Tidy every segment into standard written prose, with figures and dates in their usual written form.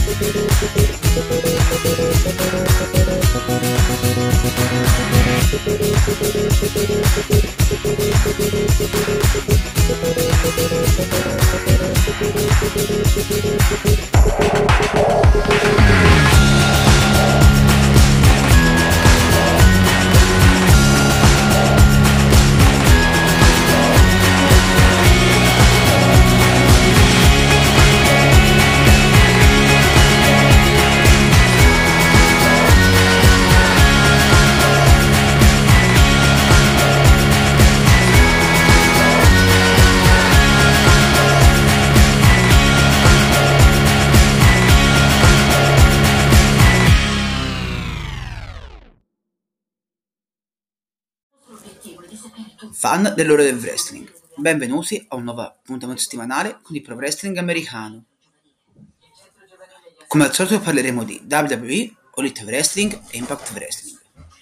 Fan dell'ora del wrestling, benvenuti a un nuovo appuntamento settimanale con il pro wrestling americano. Come al solito parleremo di WWE, Elite Wrestling e Impact Wrestling.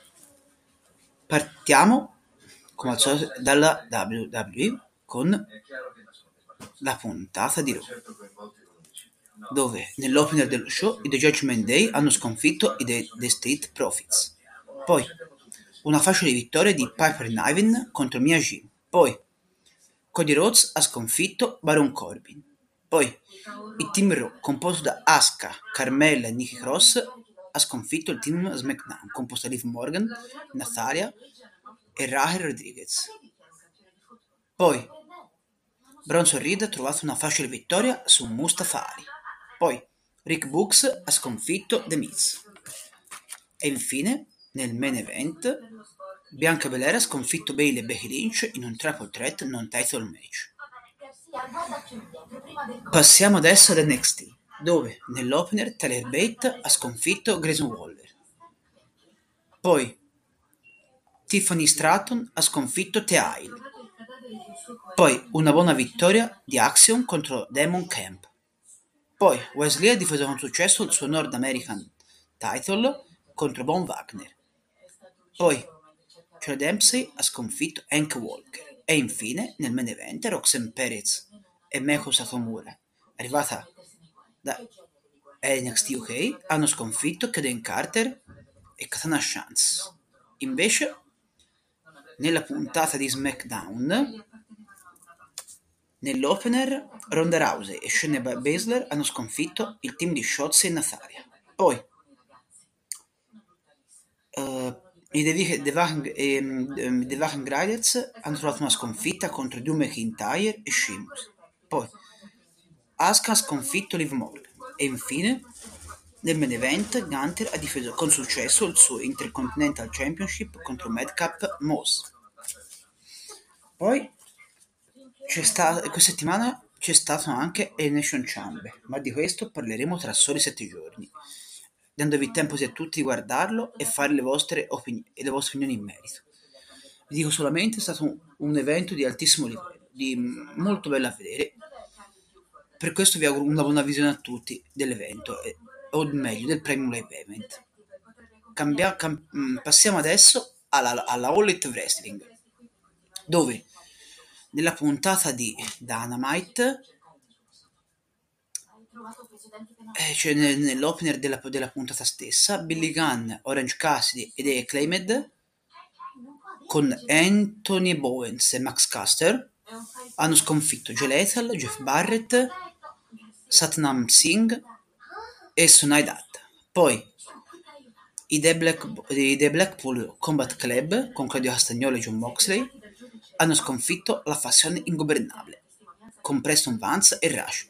Partiamo come al solito dalla WWE con la puntata di Raw, dove nell'opener dello show i The Judgment Day hanno sconfitto i The Street Profits. Poi una facile vittoria di Piper Niven contro Mia Jim. Poi Cody Rhodes ha sconfitto Baron Corbin. Poi il team Raw, composto da Asuka, Carmella e Nikki Cross, ha sconfitto il team SmackDown, composto da Liv Morgan, Natalya e Raquel Rodriguez. Poi Bronson Reed ha trovato una facile vittoria su Mustafa Ali. Poi Rick Books ha sconfitto The Miz. E infine, nel main event, Bianca Belair ha sconfitto Bayley e Becky Lynch in un triple threat non title match. Passiamo adesso ad NXT, dove nell'opener Tyler Bate ha sconfitto Grayson Waller. Poi Tiffany Stratton ha sconfitto Thea Hail. Poi una buona vittoria di Axiom contro Damon Camp. Poi Wesley ha difeso con successo il suo North American title contro Von Wagner. Poi Joe Dempsey ha sconfitto Hank Walker. E infine, nel main event, Roxanne Perez e Meiko Satomura, arrivata da NXT UK, hanno sconfitto Kaden Carter e Katana Chance. Invece, nella puntata di SmackDown, nell'opener, Ronda Rousey e Shayna Baszler hanno sconfitto il team di Shotzi e Natalya. Poi i The Viking Riders hanno trovato una sconfitta contro Drew McIntyre e Sheamus. Poi Asuka ha sconfitto Liv Morgan. E infine, nel main event, Gunther ha difeso con successo il suo Intercontinental Championship contro Madcap Moss. Poi questa settimana c'è stato anche Elimination Chamber, ma di questo parleremo tra soli 7 giorni, dandovi il tempo a tutti di guardarlo e fare le vostre opinioni in merito. Vi dico solamente, è stato un evento di altissimo livello, molto bello a vedere. Per questo vi auguro una buona visione a tutti dell'evento, o meglio del Premium Live Event. Passiamo adesso alla All Elite Wrestling, dove nella puntata di Dynamite, cioè nell'opener della puntata stessa, Billy Gunn, Orange Cassidy ed The Acclaimed con Anthony Bowens e Max Caster hanno sconfitto Jay Lethal, Jeff Barrett, Satnam Singh e Sonai Dutt. Poi i The Blackpool Combat Club con Claudio Castagnolo e John Moxley hanno sconfitto la fazione ingovernabile con Preston Vance e Rush.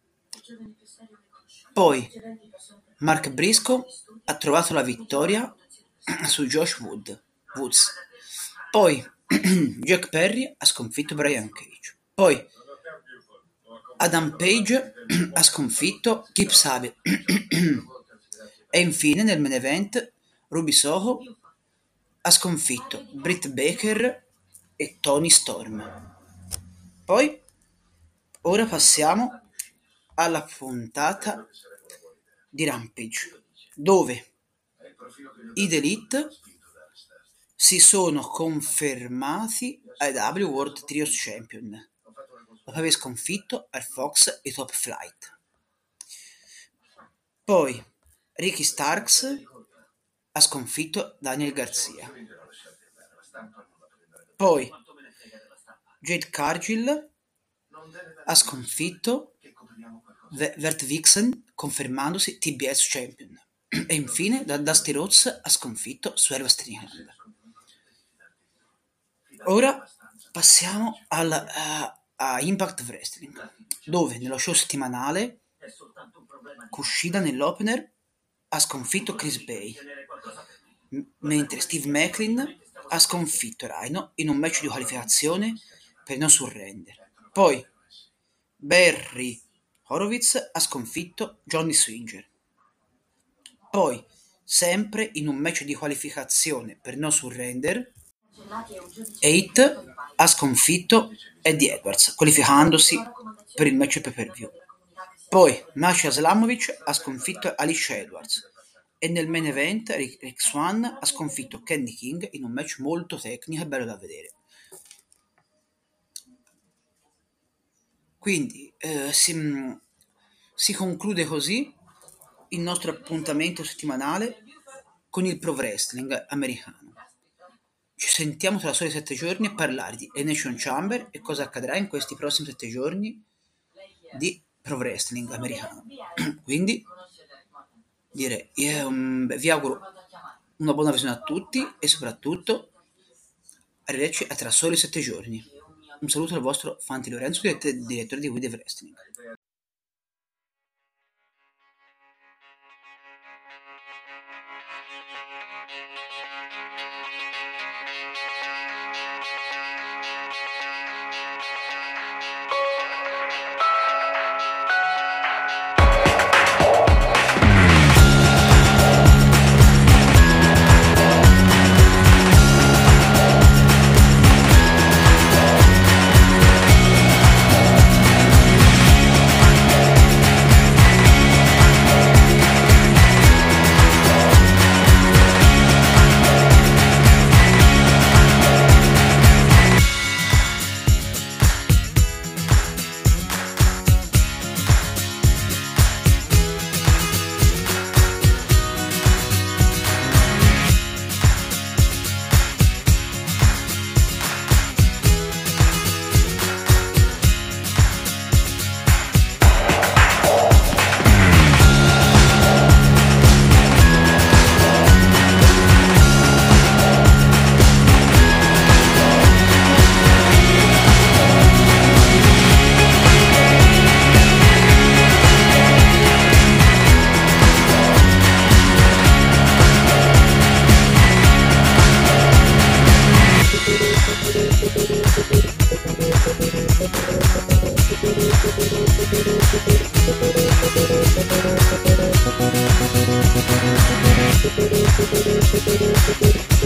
Poi Mark Briscoe ha trovato la vittoria su Josh Woods. Poi Jack Perry ha sconfitto Brian Cage. Poi Adam Page ha sconfitto Kip Sabian. E infine nel main event Ruby Soho ha sconfitto Britt Baker e Toni Storm. Poi ora passiamo alla puntata di Rampage, dove i The Elite si sono confermati ai W World Trios Champion dopo aver sconfitto Air Fox e Top Flight. Poi Ricky Starks ha sconfitto Daniel Garcia. Poi Jade Cargill ha sconfitto Vert Vixen, confermandosi TBS Champion. E infine Dusty Rhodes ha sconfitto Swerve Strickland. Ora passiamo a Impact Wrestling, dove nello show settimanale Kushida nell'opener ha sconfitto Chris Bay, mentre Steve Macklin ha sconfitto Rhino in un match di qualificazione per no surrender. Poi Barry Horowitz ha sconfitto Johnny Swinger. Poi, sempre in un match di qualificazione per no surrender, Eight ha sconfitto Eddie Edwards, qualificandosi per il match pay-per-view. Poi Masha Slamovic ha sconfitto Alicia Edwards e nel main event Rick Swann ha sconfitto Kenny King in un match molto tecnico e bello da vedere. Quindi si conclude così il nostro appuntamento settimanale con il pro wrestling americano. Ci sentiamo tra soli 7 giorni a parlare di Nation Chamber e cosa accadrà in questi prossimi 7 giorni di pro wrestling americano. Quindi direi vi auguro una buona visione a tutti e soprattutto arrivederci a tra soli 7 giorni. Un saluto al vostro Fanti Lorenzo, direttore di We The Wrestling. Thank you.